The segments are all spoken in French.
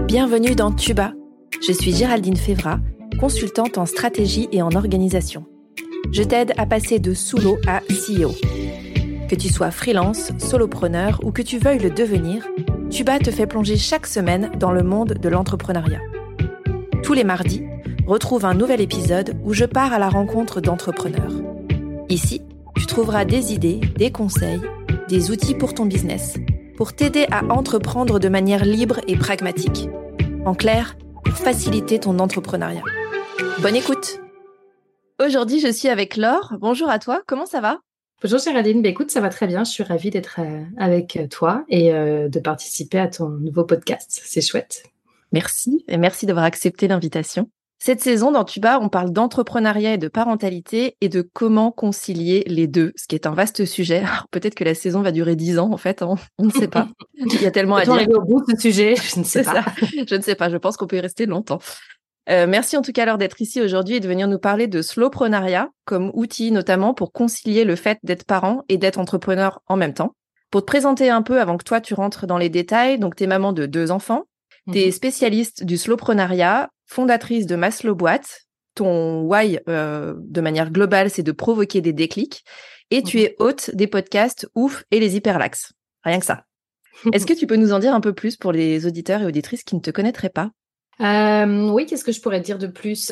Bienvenue dans Tuba. Je suis Géraldine Févra, consultante en stratégie et en organisation. Je t'aide à passer de sous-l'eau à CEO. Que tu sois freelance, solopreneur ou que tu veuilles le devenir, Tuba te fait plonger chaque semaine dans le monde de l'entrepreneuriat. Tous les mardis, retrouve un nouvel épisode où je pars à la rencontre d'entrepreneurs. Ici, tu trouveras des idées, des conseils, des outils pour ton business, pour t'aider à entreprendre de manière libre et pragmatique. En clair, pour faciliter ton entrepreneuriat. Bonne écoute! Aujourd'hui, je suis avec Laure. Bonjour à toi, comment ça va? Bonjour Géraldine, écoute, ça va très bien. Je suis ravie d'être avec toi et de participer à ton nouveau podcast. C'est chouette. Merci, et merci d'avoir accepté l'invitation. Cette saison, dans Tuba, on parle d'entrepreneuriat et de parentalité et de comment concilier les deux, ce qui est un vaste sujet. Alors, peut-être que la saison va durer 10 ans, en fait, on ne sait pas. Il y a tellement à dire. Arriver au bout de ce sujet, je ne sais pas. Je ne sais pas, je pense qu'on peut y rester longtemps. Merci en tout cas, Laure, d'être ici aujourd'hui et de venir nous parler de slowprenariat comme outil, notamment pour concilier le fait d'être parent et d'être entrepreneur en même temps. Pour te présenter un peu avant que toi, tu rentres dans les détails, donc tu es maman de 2 enfants, tu es spécialiste du slowprenariat, fondatrice de Maslow Boîte. Ton why, de manière globale, c'est de provoquer des déclics. Et tu es hôte des podcasts Ouf et les Hyperlaxes. Rien que ça. Est-ce que tu peux nous en dire un peu plus pour les auditeurs et auditrices qui ne te connaîtraient pas? Oui, qu'est-ce que je pourrais dire de plus?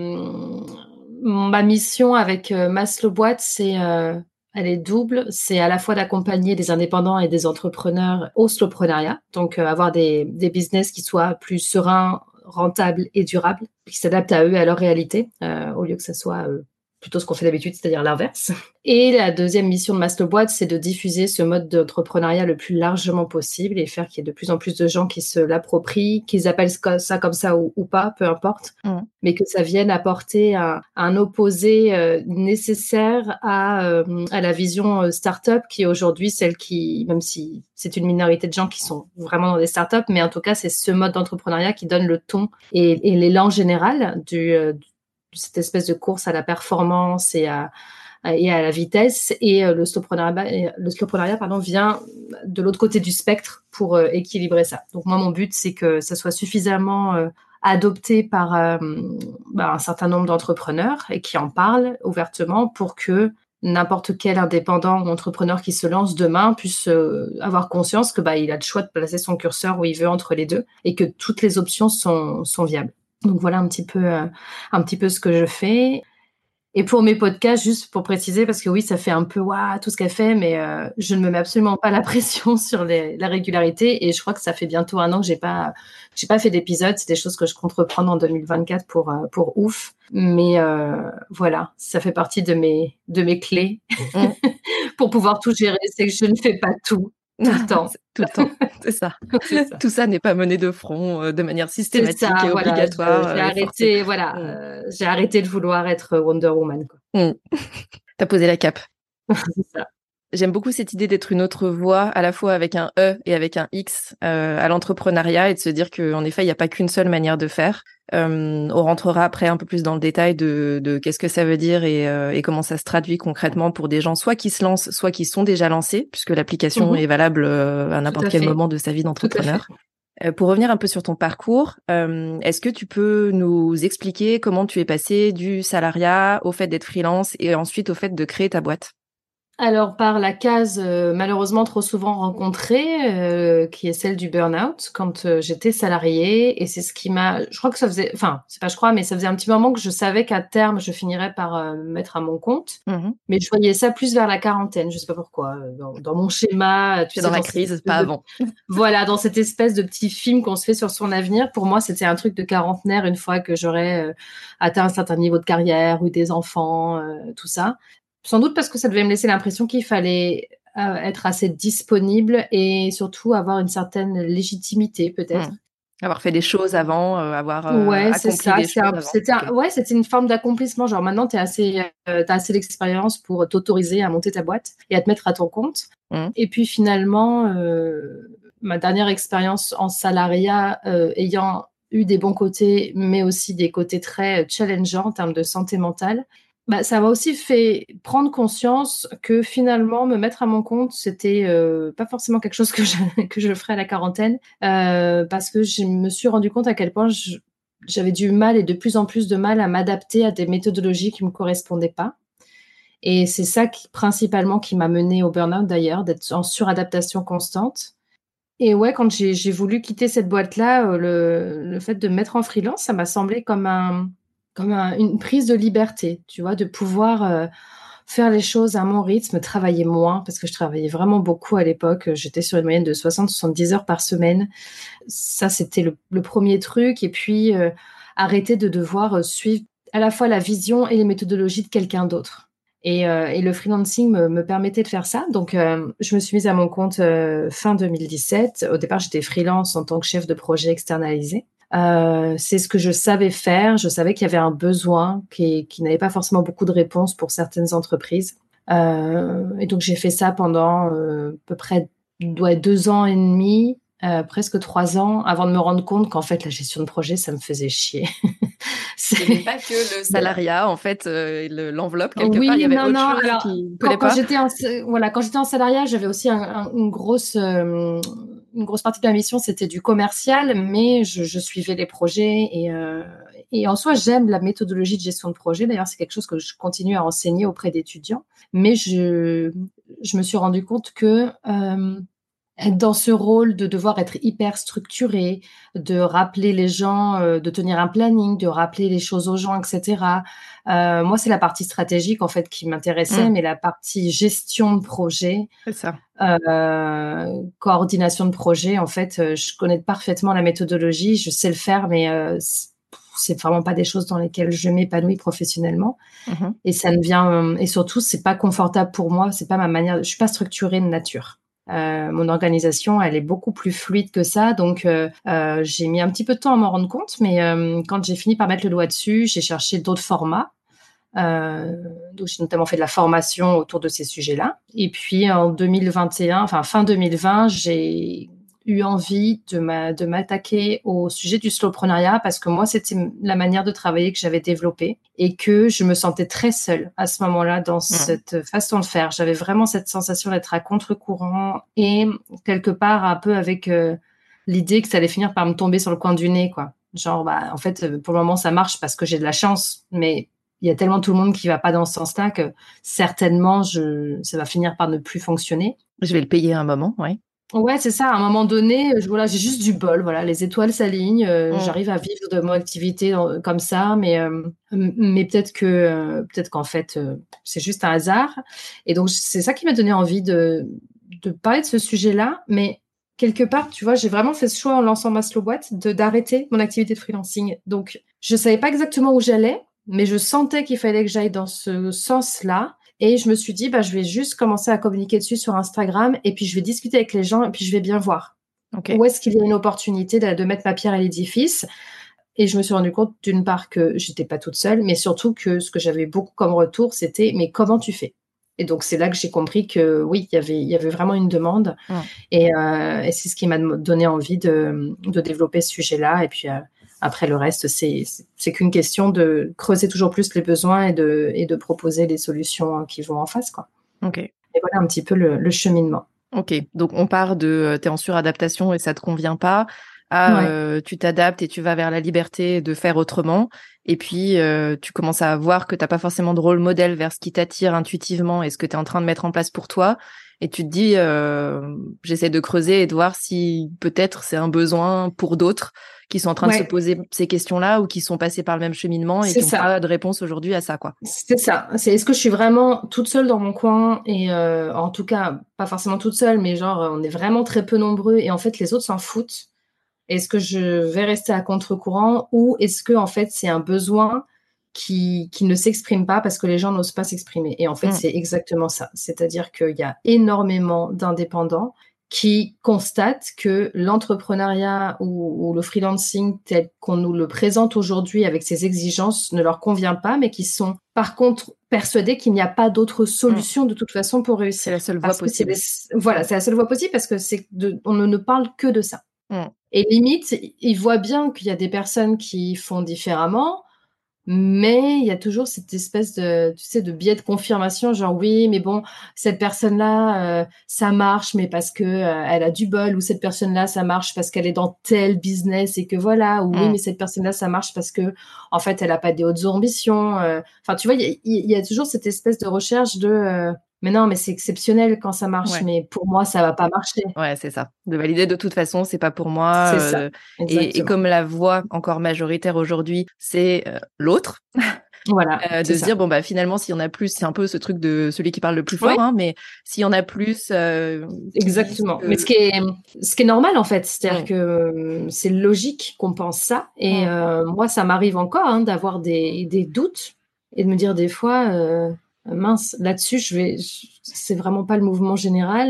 Ma mission avec Maslow Boîte, elle est double. C'est à la fois d'accompagner des indépendants et des entrepreneurs au slowprenariat, donc avoir des business qui soient plus sereins, rentables et durables, qui s'adaptent à eux et à leur réalité, au lieu que ça soit plutôt ce qu'on fait d'habitude, c'est-à-dire l'inverse. Et la deuxième mission de Maslow Boîte, c'est de diffuser ce mode d'entrepreneuriat le plus largement possible et faire qu'il y ait de plus en plus de gens qui se l'approprient, qu'ils appellent ça comme ça ou pas, peu importe, mais que ça vienne apporter un opposé nécessaire à la vision start-up qui est aujourd'hui celle qui, même si c'est une minorité de gens qui sont vraiment dans des start-up, mais en tout cas, c'est ce mode d'entrepreneuriat qui donne le ton et l'élan général cette espèce de course à la performance et à la vitesse, et le slowprenariat vient de l'autre côté du spectre pour équilibrer ça. Donc moi, mon but, c'est que ça soit suffisamment adopté par un certain nombre d'entrepreneurs et qui en parlent ouvertement pour que n'importe quel indépendant ou entrepreneur qui se lance demain puisse avoir conscience que il a le choix de placer son curseur où il veut entre les deux et que toutes les options sont viables. Donc voilà un petit peu ce que je fais. Et pour mes podcasts, juste pour préciser, parce que oui, ça fait un peu tout ce qu'elle fait, mais je ne me mets absolument pas la pression sur la régularité. Et je crois que ça fait bientôt 1 an que j'ai pas fait d'épisode. C'est des choses que je compte reprendre en 2024 pour Ouf. Mais voilà, ça fait partie de mes clés pour pouvoir tout gérer. C'est que je ne fais pas tout le temps. Tout le temps, c'est ça. Tout ça n'est pas mené de front de manière systématique et obligatoire. J'ai arrêté de vouloir être Wonder Woman. T'as posé la cape. C'est ça. J'aime beaucoup cette idée d'être une autre voix, à la fois avec un E et avec un X à l'entrepreneuriat, et de se dire qu'en effet, il n'y a pas qu'une seule manière de faire. On rentrera après un peu plus dans le détail de qu'est-ce que ça veut dire et comment ça se traduit concrètement pour des gens soit qui se lancent, soit qui sont déjà lancés, puisque l'application est valable à n'importe quel moment de sa vie d'entrepreneur. Pour revenir un peu sur ton parcours, est-ce que tu peux nous expliquer comment tu es passé du salariat au fait d'être freelance et ensuite au fait de créer ta boîte? Alors, par la case malheureusement trop souvent rencontrée, qui est celle du burn-out, quand j'étais salariée, et c'est ce qui m'a... Je crois que ça faisait... Enfin, c'est pas je crois, mais ça faisait un petit moment que je savais qu'à terme, je finirais par me mettre à mon compte. Mais je voyais ça plus vers la quarantaine, je sais pas pourquoi. Dans mon schéma... Tu es dans la crise, pas avant. Voilà, dans cette espèce de petit film qu'on se fait sur son avenir. Pour moi, c'était un truc de quarantenaire une fois que j'aurais atteint un certain niveau de carrière, eu des enfants, tout ça. Sans doute parce que ça devait me laisser l'impression qu'il fallait être assez disponible et surtout avoir une certaine légitimité, peut-être. Avoir fait des choses avant, avoir accompli des choses avant. C'était une forme d'accomplissement. Genre maintenant, t'as assez d'expérience pour t'autoriser à monter ta boîte et à te mettre à ton compte. Et puis finalement, ma dernière expérience en salariat, ayant eu des bons côtés, mais aussi des côtés très challengeants en termes de santé mentale, Bah, ça m'a aussi fait prendre conscience que finalement, me mettre à mon compte, c'était pas forcément quelque chose que je ferais à la quarantaine, parce que je me suis rendu compte à quel point j'avais du mal et de plus en plus de mal à m'adapter à des méthodologies qui me correspondaient pas. Et c'est ça principalement qui m'a menée au burn-out d'ailleurs, d'être en suradaptation constante. Et ouais, quand j'ai voulu quitter cette boîte-là, le fait de me mettre en freelance, ça m'a semblé une prise de liberté, tu vois, de pouvoir faire les choses à mon rythme, travailler moins, parce que je travaillais vraiment beaucoup à l'époque. J'étais sur une moyenne de 60-70 heures par semaine. Ça, c'était le premier truc. Et puis, arrêter de devoir suivre à la fois la vision et les méthodologies de quelqu'un d'autre. Et le freelancing me permettait de faire ça. Donc, je me suis mise à mon compte fin 2017. Au départ, j'étais freelance en tant que chef de projet externalisé. C'est ce que je savais faire. Je savais qu'il y avait un besoin qui n'avait pas forcément beaucoup de réponses pour certaines entreprises. Et donc, j'ai fait ça pendant à peu près 2 ans et demi, presque 3 ans, avant de me rendre compte qu'en fait, la gestion de projet, ça me faisait chier. Il n'y avait pas que le salariat, en fait, l'enveloppe, quelque part, il y Oui, avait non, autre non. chose Alors, qui ne collait quand pas. quand j'étais en salariat, j'avais aussi une grosse partie de ma mission, c'était du commercial, mais je suivais les projets et en soi, j'aime la méthodologie de gestion de projet. D'ailleurs, c'est quelque chose que je continue à enseigner auprès d'étudiants. Mais je me suis rendu compte que être dans ce rôle de devoir être hyper structuré, de rappeler les gens, de tenir un planning, de rappeler les choses aux gens, etc. Moi, c'est la partie stratégique en fait qui m'intéressait, mais la partie gestion de projet, C'est ça. coordination de projet, en fait, je connais parfaitement la méthodologie, je sais le faire, mais c'est vraiment pas des choses dans lesquelles je m'épanouis professionnellement. Mhm. Et ça ne vient et surtout, c'est pas confortable pour moi, c'est pas ma manière. Je suis pas structurée de nature. Mon organisation, elle est beaucoup plus fluide que ça, donc j'ai mis un petit peu de temps à m'en rendre compte, mais quand j'ai fini par mettre le doigt dessus, j'ai cherché d'autres formats. Donc j'ai notamment fait de la formation autour de ces sujets-là. Et puis en 2021, enfin fin 2020, j'ai eu envie de m'attaquer au sujet du slowpreneuriat parce que moi, c'était la manière de travailler que j'avais développée et que je me sentais très seule à ce moment-là dans cette façon de faire. J'avais vraiment cette sensation d'être à contre-courant et quelque part un peu avec l'idée que ça allait finir par me tomber sur le coin du nez, quoi. Genre, bah, en fait, pour le moment, ça marche parce que j'ai de la chance, mais il y a tellement tout le monde qui va pas dans ce sens-là que certainement, ça va finir par ne plus fonctionner. Je vais le payer à un moment, oui. Ouais, c'est ça. À un moment donné, voilà, j'ai juste du bol. Voilà, les étoiles s'alignent. J'arrive à vivre de mon activité comme ça, mais peut-être qu'en fait, c'est juste un hasard. Et donc, c'est ça qui m'a donné envie de parler de ce sujet-là. Mais quelque part, tu vois, j'ai vraiment fait ce choix en lançant ma slow boîte d'arrêter mon activité de freelancing. Donc, je savais pas exactement où j'allais, mais je sentais qu'il fallait que j'aille dans ce sens-là. Et je me suis dit, bah, je vais juste commencer à communiquer dessus sur Instagram et puis je vais discuter avec les gens et puis je vais bien voir Ok. où est-ce qu'il y a une opportunité de mettre ma pierre à l'édifice. Et je me suis rendu compte d'une part que j'étais pas toute seule, mais surtout que ce que j'avais beaucoup comme retour, c'était mais comment tu fais? Et donc c'est là que j'ai compris que oui, il y avait vraiment une demande et c'est ce qui m'a donné envie de développer ce sujet-là. Et puis après, le reste, c'est qu'une question de creuser toujours plus les besoins et de proposer les solutions qui vont en face, quoi. Ok. Et voilà un petit peu le cheminement. Ok. Donc, on part de t'es en suradaptation et ça te convient pas à Ouais. tu t'adaptes et tu vas vers la liberté de faire autrement. Et puis, tu commences à voir que t'as pas forcément de rôle modèle vers ce qui t'attire intuitivement et ce que tu es en train de mettre en place pour toi. Et tu te dis, j'essaie de creuser et de voir si peut-être c'est un besoin pour d'autres qui sont en train de se Ouais, poser ces questions-là ou qui sont passés par le même cheminement et c'est qui n'ont ça. pas de réponse aujourd'hui à ça, quoi. C'est ça. C'est est-ce que je suis vraiment toute seule dans mon coin et en tout cas, pas forcément toute seule, mais genre, on est vraiment très peu nombreux et en fait, les autres s'en foutent. Est-ce que je vais rester à contre-courant ou est-ce que en fait, c'est un besoin qui ne s'exprime pas parce que les gens n'osent pas s'exprimer? Et en fait, c'est exactement ça. C'est-à-dire qu'il y a énormément d'indépendants qui constatent que l'entrepreneuriat ou le freelancing tel qu'on nous le présente aujourd'hui avec ses exigences ne leur convient pas, mais qui sont par contre persuadés qu'il n'y a pas d'autre solution de toute façon pour C'est la réussir. seule voie Parce que possible. voilà, c'est la seule voie possible parce que on ne parle que de ça. Mm. Et limite, ils voient bien qu'il y a des personnes qui font différemment. Mais il y a toujours cette espèce de, tu sais, de biais de confirmation, genre oui, mais bon, cette personne-là, ça marche, mais parce que elle a du bol, ou cette personne-là, ça marche parce qu'elle est dans tel business et que voilà, ou oui, mais cette personne-là, ça marche parce que en fait, elle a pas des hautes ambitions. Enfin, tu vois, il y a toujours cette espèce de recherche de, mais non, mais c'est exceptionnel quand ça marche, Ouais. mais pour moi, ça va pas marcher. Ouais, c'est ça. De valider de toute façon, c'est pas pour moi. C'est ça, Et exactement. comme la voix encore majoritaire aujourd'hui, c'est l'autre, Voilà, c'est de se ça. dire, bon, bah finalement, s'il y en a plus, c'est un peu ce truc de celui qui parle le plus Oui, fort, hein, mais s'il y en a plus qui disent exactement. Mais que... ce qui est normal en fait, c'est-à-dire Mm, que c'est logique qu'on pense ça. Et mm, moi, ça m'arrive encore hein, d'avoir des doutes et de me dire des fois, mince, là-dessus, c'est vraiment pas le mouvement général.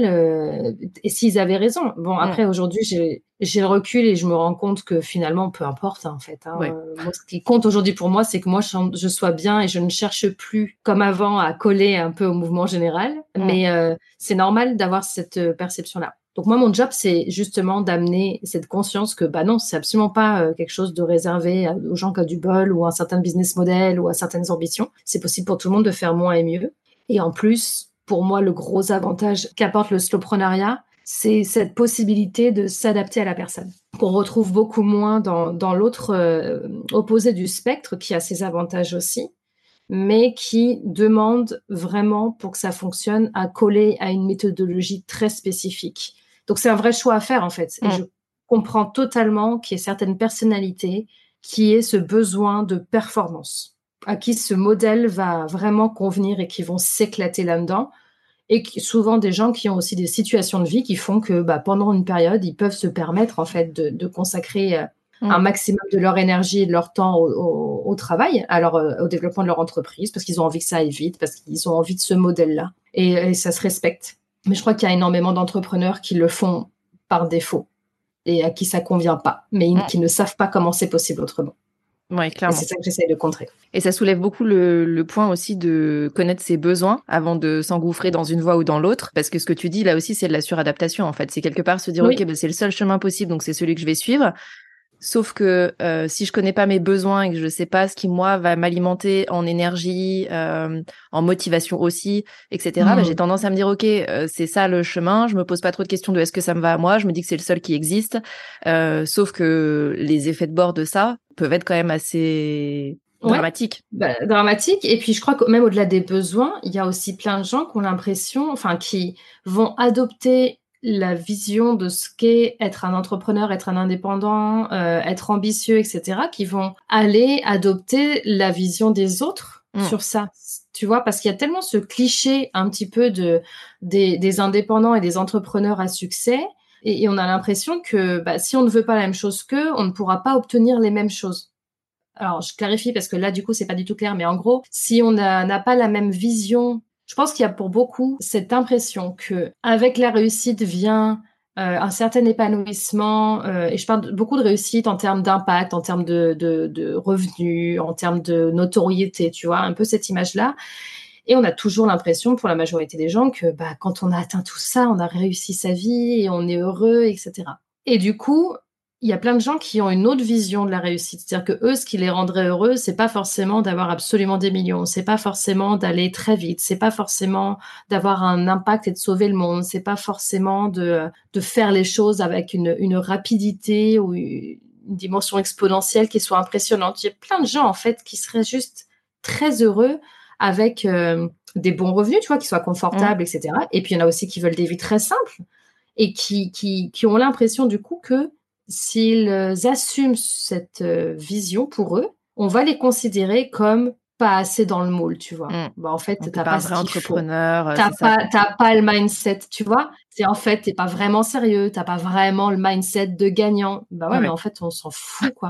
Et s'ils avaient raison. Bon, mm, après, aujourd'hui, j'ai le recul et je me rends compte que finalement, peu importe hein, en fait. Hein. ouais. Moi, ce qui compte aujourd'hui pour moi, c'est que moi, je sois bien et je ne cherche plus comme avant à coller un peu au mouvement général. Mm, Mais c'est normal d'avoir cette perception-là. Donc moi, mon job, c'est justement d'amener cette conscience que bah non, c'est absolument pas quelque chose de réservé aux gens qui ont du bol ou à un certain business model ou à certaines ambitions. C'est possible pour tout le monde de faire moins et mieux. Et en plus, pour moi, le gros avantage qu'apporte le slowpreneuriat, c'est cette possibilité de s'adapter à la personne, qu'on retrouve beaucoup moins dans l'autre opposé du spectre, qui a ses avantages aussi, mais qui demande vraiment, pour que ça fonctionne, à coller à une méthodologie très spécifique. Donc c'est un vrai choix à faire en fait. Et mm. je comprends totalement qu'il y ait certaines personnalités qui aient ce besoin de performance, à qui ce modèle va vraiment convenir et qui vont s'éclater là-dedans. Et souvent des gens qui ont aussi des situations de vie qui font que bah, pendant une période, ils peuvent se permettre en fait de consacrer un Mm. maximum de leur énergie et de leur temps au travail, alors au développement de leur entreprise, parce qu'ils ont envie que ça aille vite, parce qu'ils ont envie de ce modèle-là. Et ça se respecte. Mais je crois qu'il y a énormément d'entrepreneurs qui le font par défaut et à qui ça convient pas, mais Mm. qui ne savent pas comment c'est possible autrement. Ouais, Et c'est clairement. ça que j'essaye de contrer. Et ça soulève beaucoup le point aussi de connaître ses besoins avant de s'engouffrer dans une voie ou dans l'autre. Parce que ce que tu dis là aussi, c'est de la suradaptation en fait. C'est quelque part se dire, OK, Oui, bah, c'est le seul chemin possible, donc c'est celui que je vais suivre. Sauf que si je connais pas mes besoins et que je sais pas ce qui moi va m'alimenter en énergie, en motivation aussi, etc. Bah, j'ai mmh. tendance à me dire ok, c'est ça le chemin. Je me pose pas trop de questions de est-ce que ça me va à moi. Je me dis que c'est le seul qui existe. Sauf que les effets de bord de ça peuvent être quand même assez Ouais, dramatiques. bah, dramatique. Et puis je crois que même au-delà des besoins, il y a aussi plein de gens qui ont l'impression, enfin, qui vont adopter la vision de ce qu'est être un entrepreneur, être un indépendant, être ambitieux, etc., qui vont aller adopter la vision des autres Mm. sur ça. Tu vois, parce qu'il y a tellement ce cliché un petit peu des indépendants et des entrepreneurs à succès. Et on a l'impression que bah, si on ne veut pas la même chose qu'eux, on ne pourra pas obtenir les mêmes choses. Alors, je clarifie parce que là, du coup, c'est pas du tout clair, mais en gros, si on n'a pas la même vision, je pense qu'il y a pour beaucoup cette impression que avec la réussite vient un certain épanouissement, et je parle beaucoup de réussite en termes d'impact, en termes de revenus, en termes de notoriété, tu vois, un peu cette image-là. Et on a toujours l'impression, pour la majorité des gens, que bah, quand on a atteint tout ça, on a réussi sa vie et on est heureux, etc. Et du coup, il y a plein de gens qui ont une autre vision de la réussite. C'est-à-dire que eux, ce qui les rendrait heureux, c'est pas forcément d'avoir absolument des millions, c'est pas forcément d'aller très vite, c'est pas forcément d'avoir un impact et de sauver le monde, c'est pas forcément de faire les choses avec une rapidité ou une dimension exponentielle qui soit impressionnante. Il y a plein de gens, en fait, qui seraient juste très heureux avec des bons revenus, tu vois, qui soient Mm. confortables, etc. Et puis, il y en a aussi qui veulent des vies très simples et qui ont l'impression, du coup, que s'ils assument cette vision pour eux, on va les considérer comme pas assez dans le moule, tu vois. Mm. Bah, en fait, Donc t'es t'as pas pas un ce vrai qu'il faut. entrepreneur, c'est ça quoi. T'as pas le mindset, tu vois. C'est en fait, t'es pas vraiment sérieux, t'as pas vraiment le mindset de gagnant. Bah ouais, mais Ouais. en fait, on s'en fout, quoi.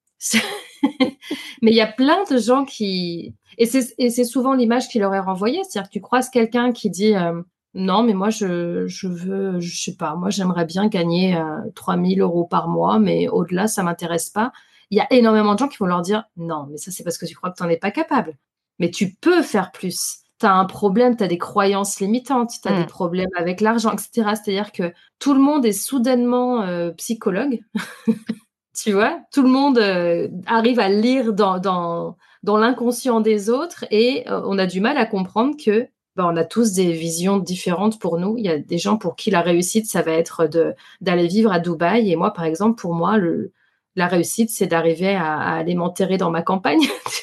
Mais il y a plein de gens qui... Et c'est souvent l'image qui leur est renvoyée. C'est-à-dire que tu croises quelqu'un qui dit non, mais moi, je veux, je sais pas, moi, j'aimerais bien gagner 3 000 euros par mois, mais au-delà, ça m'intéresse pas. Il y a énormément de gens qui vont leur dire non, mais ça, c'est parce que tu crois que tu n'en es pas capable. Mais tu peux faire plus. Tu as un problème, tu as des croyances limitantes, tu as des Mm. problèmes avec l'argent, etc. C'est-à-dire que tout le monde est soudainement psychologue. Tu vois, tout le monde arrive à lire dans l'inconscient des autres et on a du mal à comprendre que on a tous des visions différentes pour nous. Il y a des gens pour qui la réussite, ça va être d'aller vivre à Dubaï. Et moi, par exemple, pour moi, la réussite, c'est d'arriver à aller m'enterrer dans ma campagne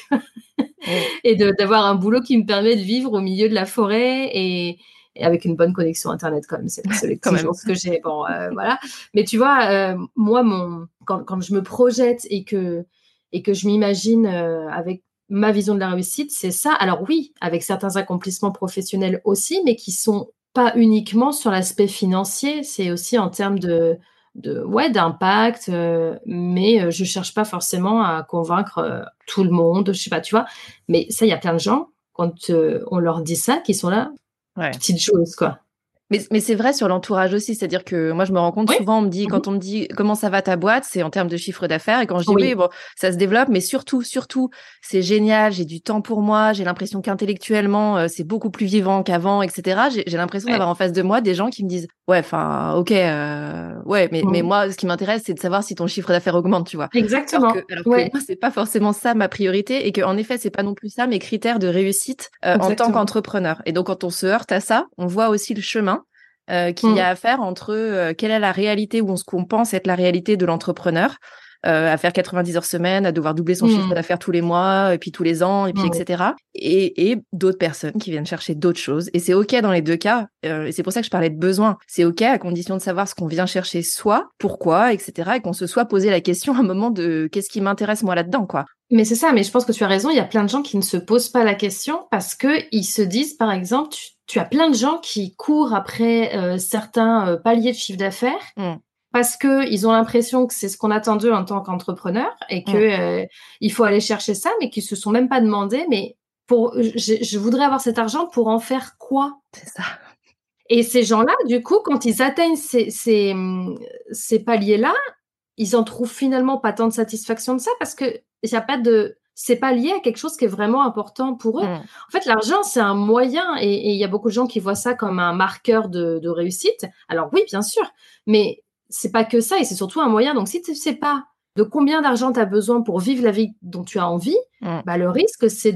et d'avoir un boulot qui me permet de vivre au milieu de la forêt et avec une bonne connexion Internet quand même. C'est la seule exigence que j'ai. Bon, voilà. Mais tu vois, moi, quand je me projette et que je m'imagine avec ma vision de la réussite, c'est ça. Alors oui, avec certains accomplissements professionnels aussi, mais qui sont pas uniquement sur l'aspect financier. C'est aussi en termes d'impact, mais je cherche pas forcément à convaincre tout le monde, je sais pas, tu vois. Mais ça, il y a plein de gens, quand on leur dit ça, qui sont là, petite chose, quoi. Mais c'est vrai sur l'entourage aussi, c'est-à-dire que moi je me rends compte souvent, quand on me dit comment ça va ta boîte, c'est en termes de chiffre d'affaires, et quand je dis oui, bon, ça se développe, mais surtout, c'est génial, j'ai du temps pour moi, j'ai l'impression qu'intellectuellement c'est beaucoup plus vivant qu'avant, etc. J'ai l'impression d'avoir en face de moi des gens qui me disent ouais, enfin, ok, mais moi ce qui m'intéresse c'est de savoir si ton chiffre d'affaires augmente, tu vois. Exactement. Alors que moi c'est pas forcément ça ma priorité, et que en effet c'est pas non plus ça mes critères de réussite en tant qu'entrepreneur. Et donc quand on se heurte à ça, on voit aussi le chemin qu'il y a à faire entre quelle est la réalité ou ce qu'on pense être la réalité de l'entrepreneur, à faire 90 heures semaine, à devoir doubler son chiffre d'affaires tous les mois, et puis tous les ans, et puis etc. Et d'autres personnes qui viennent chercher d'autres choses. Et c'est OK dans les deux cas. Et c'est pour ça que je parlais de besoin. C'est OK à condition de savoir ce qu'on vient chercher soi, pourquoi, etc. Et qu'on se soit posé la question à un moment de qu'est-ce qui m'intéresse moi là-dedans, quoi. Mais c'est ça, mais je pense que tu as raison, il y a plein de gens qui ne se posent pas la question parce que ils se disent, par exemple, tu as plein de gens qui courent après certains paliers de chiffre d'affaires parce que ils ont l'impression que c'est ce qu'on attend d'eux en tant qu'entrepreneur et que il faut aller chercher ça, mais qu'ils se sont même pas demandé, mais je voudrais avoir cet argent pour en faire quoi? C'est ça. Et ces gens-là, du coup, quand ils atteignent ces paliers-là, ils en trouvent finalement pas tant de satisfaction de ça parce que c'est pas lié à quelque chose qui est vraiment important pour eux. En fait, l'argent, c'est un moyen et il y a beaucoup de gens qui voient ça comme un marqueur de réussite. Alors oui, bien sûr, mais c'est pas que ça et c'est surtout un moyen. Donc si tu sais pas de combien d'argent tu as besoin pour vivre la vie dont tu as envie, le risque, c'est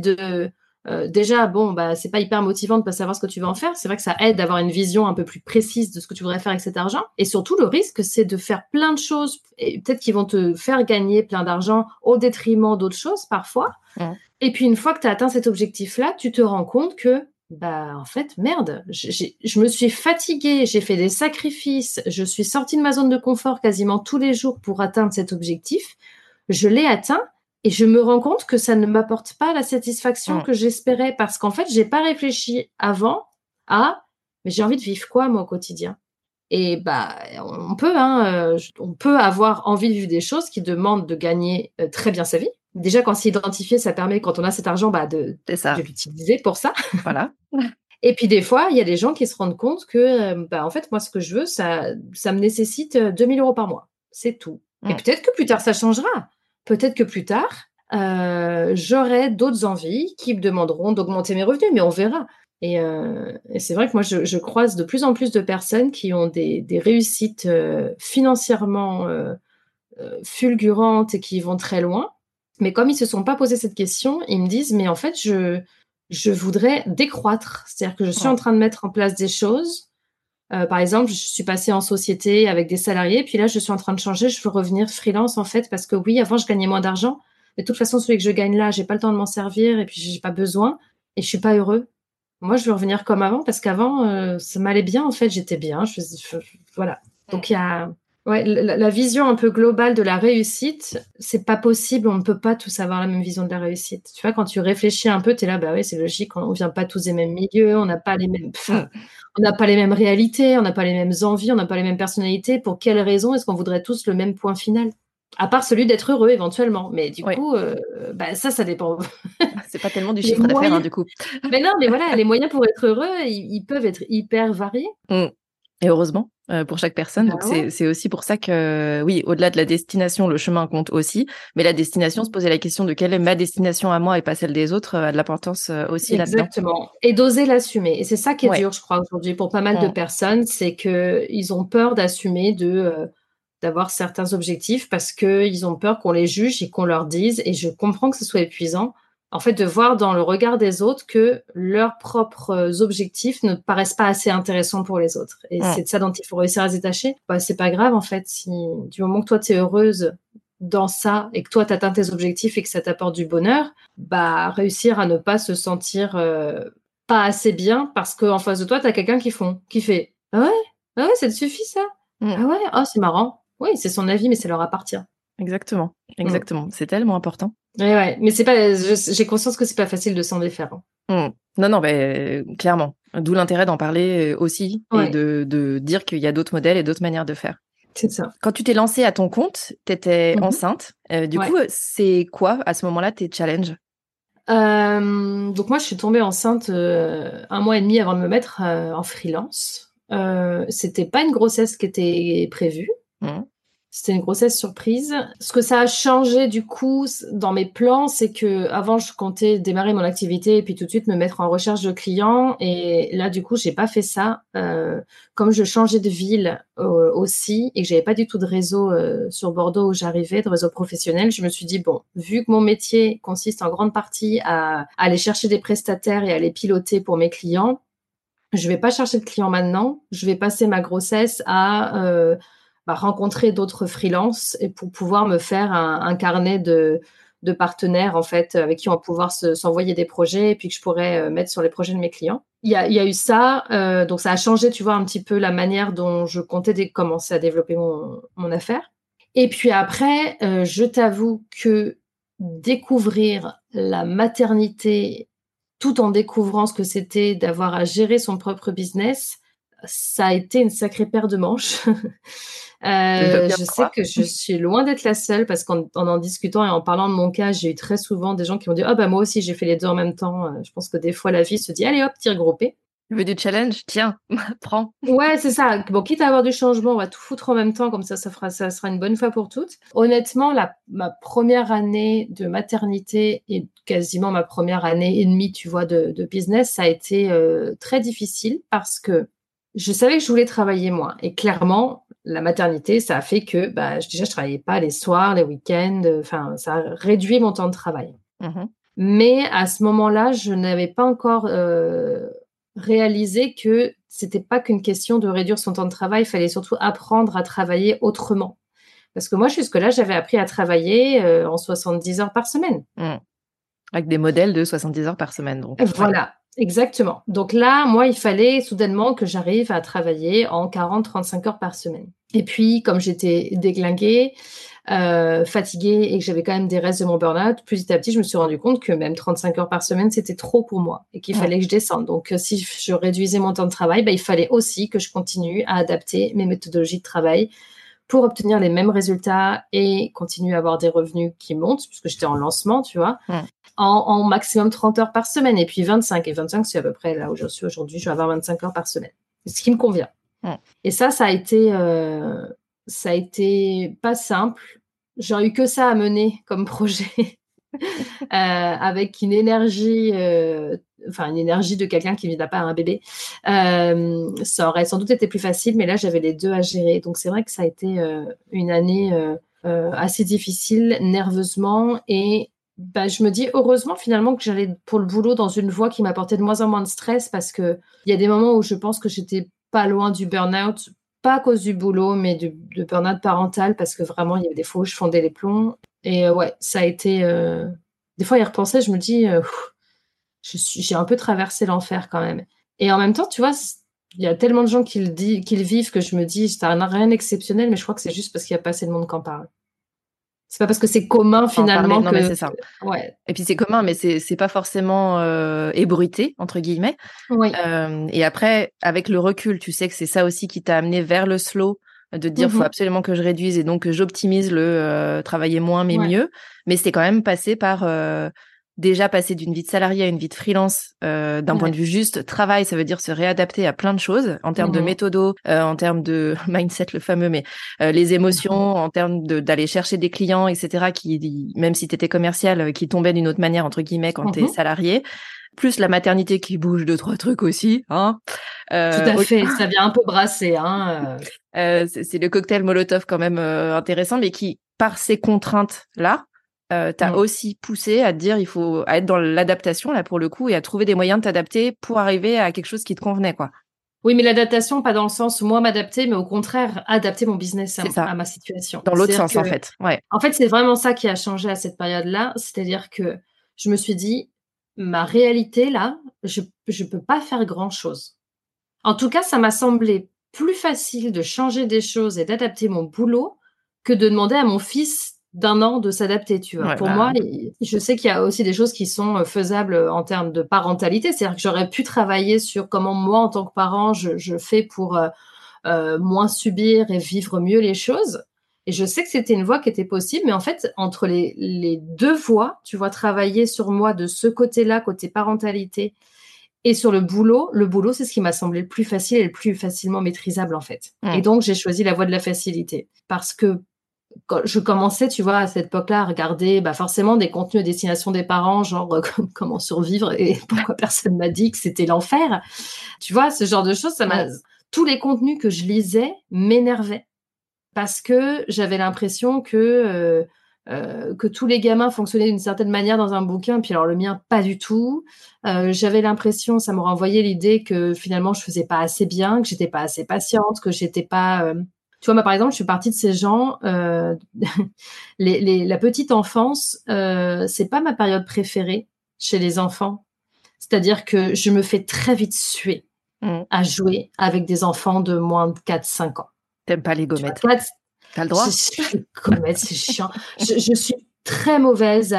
déjà, c'est pas hyper motivant de pas savoir ce que tu vas en faire. C'est vrai que ça aide d'avoir une vision un peu plus précise de ce que tu voudrais faire avec cet argent. Et surtout, le risque, c'est de faire plein de choses, et peut-être qu'ils vont te faire gagner plein d'argent au détriment d'autres choses parfois. Et puis, une fois que tu as atteint cet objectif-là, tu te rends compte que, en fait, merde, je me suis fatiguée, j'ai fait des sacrifices, je suis sortie de ma zone de confort quasiment tous les jours pour atteindre cet objectif. Je l'ai atteint. Et je me rends compte que ça ne m'apporte pas la satisfaction que j'espérais parce qu'en fait, j'ai pas réfléchi avant mais j'ai envie de vivre quoi, moi, au quotidien? Et on peut avoir envie de vivre des choses qui demandent de gagner très bien sa vie. Déjà, quand c'est identifié, ça permet, quand on a cet argent, de l'utiliser pour ça. Voilà. Et puis, des fois, il y a des gens qui se rendent compte que, en fait, moi, ce que je veux, ça me nécessite 2 000 € par mois. C'est tout. Et peut-être que plus tard, ça changera. Peut-être que plus tard, j'aurai d'autres envies qui me demanderont d'augmenter mes revenus, mais on verra. Et c'est vrai que moi, je croise de plus en plus de personnes qui ont des réussites financièrement fulgurantes et qui vont très loin. Mais comme ils se sont pas posé cette question, ils me disent, mais en fait, je voudrais décroître. C'est-à-dire que je suis en train de mettre en place des choses. Par exemple, je suis passée en société avec des salariés, puis là, je suis en train de changer, je veux revenir freelance, en fait, parce que oui, avant, je gagnais moins d'argent, mais de toute façon, celui que je gagne là, j'ai pas le temps de m'en servir, et puis j'ai pas besoin, et je suis pas heureux. Moi, je veux revenir comme avant, parce qu'avant, ça m'allait bien, en fait, j'étais bien, voilà. Donc, il y a, la vision un peu globale de la réussite, c'est pas possible, on ne peut pas tous avoir la même vision de la réussite. Tu vois, quand tu réfléchis un peu, t'es là, c'est logique, on vient pas tous des mêmes milieux, on n'a pas les mêmes, on n'a pas les mêmes réalités, on n'a pas les mêmes envies, on n'a pas les mêmes personnalités. Pour quelle raison est-ce qu'on voudrait tous le même point final? À part celui d'être heureux éventuellement. Mais du coup, ça dépend. C'est pas tellement du chiffre d'affaires, du coup. Mais non, mais voilà, les moyens pour être heureux, ils peuvent être hyper variés. Et heureusement, pour chaque personne. Donc, c'est aussi pour ça que, oui, au-delà de la destination, le chemin compte aussi. Mais la destination, se poser la question de quelle est ma destination à moi et pas celle des autres, a de l'importance aussi là-dedans. Exactement. Et d'oser l'assumer. Et c'est ça qui est dur, je crois, aujourd'hui, pour pas mal de personnes. C'est qu'ils ont peur d'assumer d'avoir certains objectifs parce qu'ils ont peur qu'on les juge et qu'on leur dise. Et je comprends que ce soit épuisant. En fait, de voir dans le regard des autres que leurs propres objectifs ne paraissent pas assez intéressants pour les autres. Et c'est de ça dont il faut réussir à se détacher. Bah, c'est pas grave, en fait, si du moment que toi, tu es heureuse dans ça et que toi, tu atteins tes objectifs et que ça t'apporte du bonheur, bah, réussir à ne pas se sentir pas assez bien parce qu'en face de toi, tu as quelqu'un qui fait « Ah ouais, ça te suffit, ça? Ah ouais, oh, c'est marrant. » Oui, c'est son avis, mais ça leur appartient. Exactement. C'est tellement important. Ouais, mais c'est pas. J'ai conscience que c'est pas facile de s'en défaire. Non, clairement. D'où l'intérêt d'en parler aussi et de dire qu'il y a d'autres modèles et d'autres manières de faire. C'est ça. Quand tu t'es lancée à ton compte, tu étais enceinte. Du coup, c'est quoi à ce moment-là tes challenges? Donc moi, je suis tombée enceinte 1 mois et demi avant de me mettre en freelance. C'était pas une grossesse qui était prévue. C'était une grossesse surprise. Ce que ça a changé du coup dans mes plans, c'est que avant je comptais démarrer mon activité et puis tout de suite me mettre en recherche de clients. Et là du coup j'ai pas fait ça. Comme je changeais de ville aussi et que j'avais pas du tout de réseau sur Bordeaux où j'arrivais, de réseau professionnel, je me suis dit bon, vu que mon métier consiste en grande partie à aller chercher des prestataires et à les piloter pour mes clients, je vais pas chercher de clients maintenant. Je vais passer ma grossesse à rencontrer d'autres freelances et pour pouvoir me faire un carnet de partenaires en fait avec qui on va pouvoir s'envoyer des projets et puis que je pourrais mettre sur les projets de mes clients. Il y a eu ça, donc ça a changé, tu vois, un petit peu la manière dont je comptais commencer à développer mon affaire. Et puis après, je t'avoue que découvrir la maternité tout en découvrant ce que c'était d'avoir à gérer son propre business, ça a été une sacrée paire de manches. Je sais que je suis loin d'être la seule parce qu'en discutant et en parlant de mon cas, j'ai eu très souvent des gens qui m'ont dit « Ah bah moi aussi, j'ai fait les deux en même temps. » Je pense que des fois, la vie se dit « Allez hop, tire groupé. » Tu veux du challenge? Tiens, prends. Ouais, c'est ça. Bon, quitte à avoir du changement, on va tout foutre en même temps, comme ça sera une bonne fois pour toutes. Honnêtement, ma première année de maternité et quasiment ma première année et demie, tu vois, de business, ça a été très difficile parce que je savais que je voulais travailler moins. Et clairement, la maternité, ça a fait que déjà, je travaillais pas les soirs, les week-ends. Enfin, ça a réduit mon temps de travail. Mais à ce moment-là, je n'avais pas encore réalisé que c'était pas qu'une question de réduire son temps de travail. Il fallait surtout apprendre à travailler autrement. Parce que moi, jusque-là, j'avais appris à travailler en 70 heures par semaine. Avec des modèles de 70 heures par semaine. Donc, voilà. Exactement. Donc là, moi, il fallait soudainement que j'arrive à travailler en 40-35 heures par semaine. Et puis, comme j'étais déglinguée, fatiguée et que j'avais quand même des restes de mon burn-out, petit à petit, je me suis rendu compte que même 35 heures par semaine, c'était trop pour moi et qu'il fallait que je descende. Donc, si je réduisais mon temps de travail, il fallait aussi que je continue à adapter mes méthodologies de travail pour obtenir les mêmes résultats et continuer à avoir des revenus qui montent, puisque j'étais en lancement, tu vois, en maximum 30 heures par semaine. Et puis 25. Et 25, c'est à peu près là où je suis aujourd'hui. Je vais avoir 25 heures par semaine. C'est ce qui me convient. Et ça a été pas simple. J'aurais eu que ça à mener comme projet. Avec une énergie de quelqu'un qui n'a pas un bébé, ça aurait sans doute été plus facile, mais là j'avais les deux à gérer, donc c'est vrai que ça a été une année assez difficile nerveusement, et je me dis heureusement finalement que j'allais pour le boulot dans une voie qui m'apportait de moins en moins de stress, parce que il y a des moments où je pense que j'étais pas loin du burn-out, pas à cause du boulot, mais de burn-out parental, parce que vraiment il y avait des fois où je fondais les plombs. Et ça a été... Des fois, y repenser, je me dis, j'ai un peu traversé l'enfer quand même. Et en même temps, tu vois, il y a tellement de gens qui le vivent que je me dis, ça n'a rien d'exceptionnel, mais je crois que c'est juste parce qu'il n'y a pas assez de monde qui en parle. C'est pas parce que c'est commun finalement Non, mais c'est ça. Ouais. Et puis c'est commun, mais c'est pas forcément ébruité, entre guillemets. Oui. Et après, avec le recul, tu sais que c'est ça aussi qui t'a amené vers le slow, de dire faut absolument que je réduise et donc que j'optimise le travailler moins mais mieux. Mais c'était quand même passé par déjà passer d'une vie de salarié à une vie de freelance d'un point de vue juste travail, ça veut dire se réadapter à plein de choses en termes de méthodo, en termes de mindset le fameux, mais les émotions, en termes d'aller chercher des clients, etc. qui, même si t'étais commercial, qui tombaient d'une autre manière entre guillemets quand t'es salarié. Plus la maternité qui bouge 2-3 trucs aussi, hein. Tout à fait, ça vient un peu brasser, hein. C'est le cocktail Molotov quand même intéressant, mais qui, par ces contraintes-là, t'as aussi poussé à te dire, il faut à être dans l'adaptation, là, pour le coup, et à trouver des moyens de t'adapter pour arriver à quelque chose qui te convenait, quoi. Oui, mais l'adaptation, pas dans le sens moi m'adapter, mais au contraire, adapter mon business C'est ça. à ma situation. Dans l'autre C'est-à-dire sens, en que, fait. Ouais. en fait, c'est vraiment ça qui a changé à cette période-là. C'est-à-dire que je me suis dit, ma réalité, là, je peux pas faire grand-chose. En tout cas, ça m'a semblé plus facile de changer des choses et d'adapter mon boulot que de demander à mon fils d'1 an de s'adapter, tu vois? Ouais, Pour bah, moi, je sais qu'il y a aussi des choses qui sont faisables en termes de parentalité. C'est-à-dire que j'aurais pu travailler sur comment moi, en tant que parent, je fais pour moins subir et vivre mieux les choses. Et je sais que c'était une voie qui était possible, mais en fait, entre les deux voies, tu vois, travailler sur moi de ce côté-là, côté parentalité, et sur le boulot, c'est ce qui m'a semblé le plus facile et le plus facilement maîtrisable, en fait. Et donc, j'ai choisi la voie de la facilité. Parce que quand je commençais, tu vois, à cette époque-là, à regarder forcément des contenus à destination des parents, genre comment survivre et pourquoi personne m'a dit que c'était l'enfer. Tu vois, ce genre de choses, tous les contenus que je lisais m'énervaient parce que j'avais l'impression que tous les gamins fonctionnaient d'une certaine manière dans un bouquin, puis alors le mien, pas du tout. J'avais l'impression, ça me renvoyait l'idée que finalement, je faisais pas assez bien, que j'étais pas assez patiente, que j'étais pas... Tu vois, moi, par exemple, je suis partie de ces gens... la petite enfance, c'est pas ma période préférée chez les enfants. C'est-à-dire que je me fais très vite suer à jouer avec des enfants de moins de 4-5 ans. T'aimes pas les Tu vois, gommettes. T'as le droit. les gommettes, c'est chiant. Je suis très mauvaise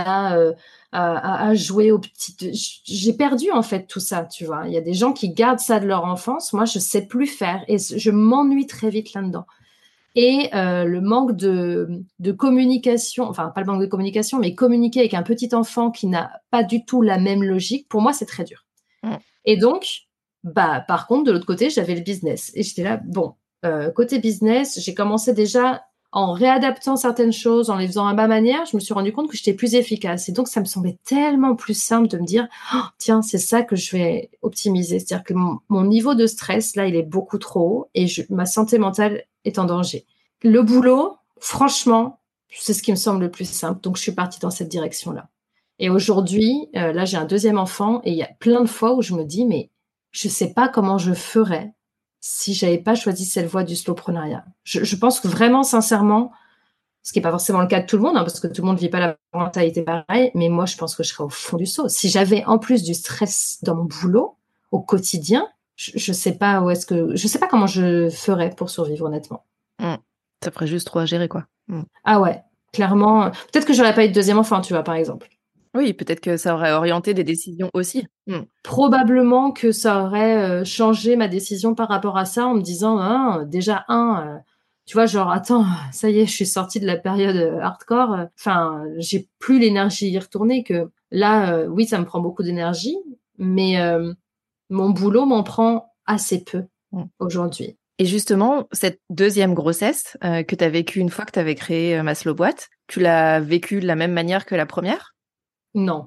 à jouer aux petites. J'ai perdu en fait tout ça, tu vois. Il y a des gens qui gardent ça de leur enfance. Moi, je sais plus faire et je m'ennuie très vite là-dedans. Et le manque de communication, enfin pas le manque de communication, mais communiquer avec un petit enfant qui n'a pas du tout la même logique, pour moi, c'est très dur. Et donc, par contre, de l'autre côté, j'avais le business. Et j'étais là, bon, côté business, j'ai commencé déjà en réadaptant certaines choses, en les faisant à ma manière, je me suis rendu compte que j'étais plus efficace. Et donc, ça me semblait tellement plus simple de me dire, oh, tiens, c'est ça que je vais optimiser. C'est-à-dire que mon niveau de stress, là, il est beaucoup trop haut et ma santé mentale est en danger. Le boulot, franchement, c'est ce qui me semble le plus simple. Donc, je suis partie dans cette direction-là. Et aujourd'hui, là, j'ai un deuxième enfant et il y a plein de fois où je me dis, mais je sais pas comment je ferais si j'avais pas choisi cette voie du slowpreneuriat. Je pense que vraiment, sincèrement, ce qui n'est pas forcément le cas de tout le monde, parce que tout le monde ne vit pas la parentalité pareil, mais moi, je pense que je serais au fond du seau. Si j'avais en plus du stress dans mon boulot, au quotidien, je sais pas je sais pas comment je ferais pour survivre, honnêtement. Ça ferait juste trop à gérer, quoi. Ah ouais, clairement. Peut-être que j'aurais pas eu de deuxième enfant, tu vois, par exemple. Oui, peut-être que ça aurait orienté des décisions aussi. Probablement que ça aurait changé ma décision par rapport à ça en me disant, déjà, tu vois, genre, attends, ça y est, je suis sortie de la période hardcore. Enfin, j'ai plus l'énergie à y retourner. Que là, oui, ça me prend beaucoup d'énergie, mais mon boulot m'en prend assez peu aujourd'hui. Et justement, cette deuxième grossesse que tu as vécue une fois que tu avais créé Ma Slow Boîte, tu l'as vécue de la même manière que la première ? Non,